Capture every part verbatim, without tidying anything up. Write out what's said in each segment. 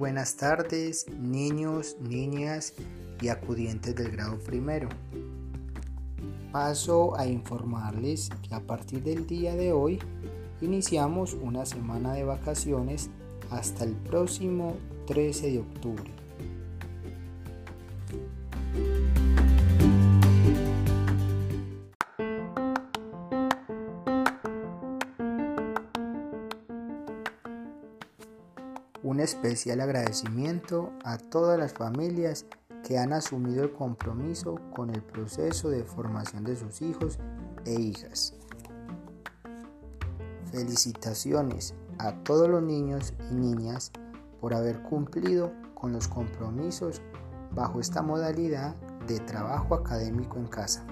buenas tardes, niños, niñas y acudientes del grado primero. Paso a informarles que a partir del día de hoy iniciamos una semana de vacaciones hasta el próximo trece de octubre. Un especial agradecimiento a todas las familias que han asumido el compromiso con el proceso de formación de sus hijos e hijas. Felicitaciones a todos los niños y niñas por haber cumplido con los compromisos bajo esta modalidad de trabajo académico en casa.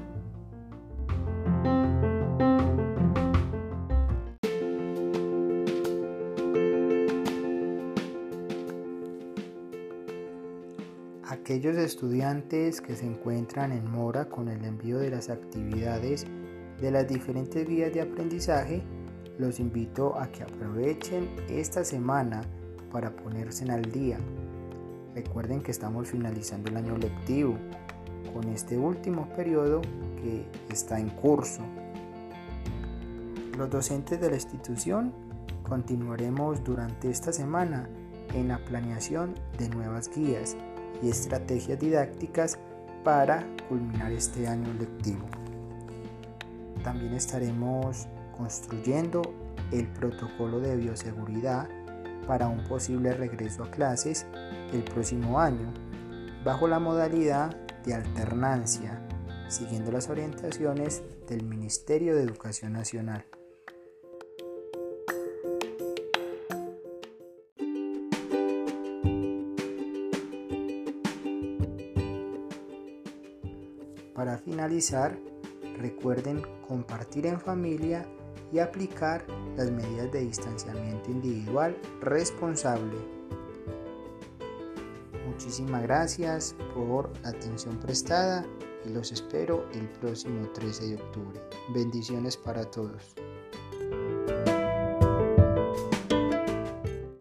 Aquellos estudiantes que se encuentran en mora con el envío de las actividades de las diferentes guías de aprendizaje, los invito a que aprovechen esta semana para ponerse al día. Recuerden que estamos finalizando el año lectivo con este último periodo que está en curso. Los docentes de la institución continuaremos durante esta semana en la planeación de nuevas guías y estrategias didácticas para culminar este año lectivo. También estaremos construyendo el protocolo de bioseguridad para un posible regreso a clases el próximo año, bajo la modalidad de alternancia, siguiendo las orientaciones del Ministerio de Educación Nacional. Para finalizar, recuerden compartir en familia y aplicar las medidas de distanciamiento individual responsable. Muchísimas gracias por la atención prestada y los espero el próximo trece de octubre. Bendiciones para todos.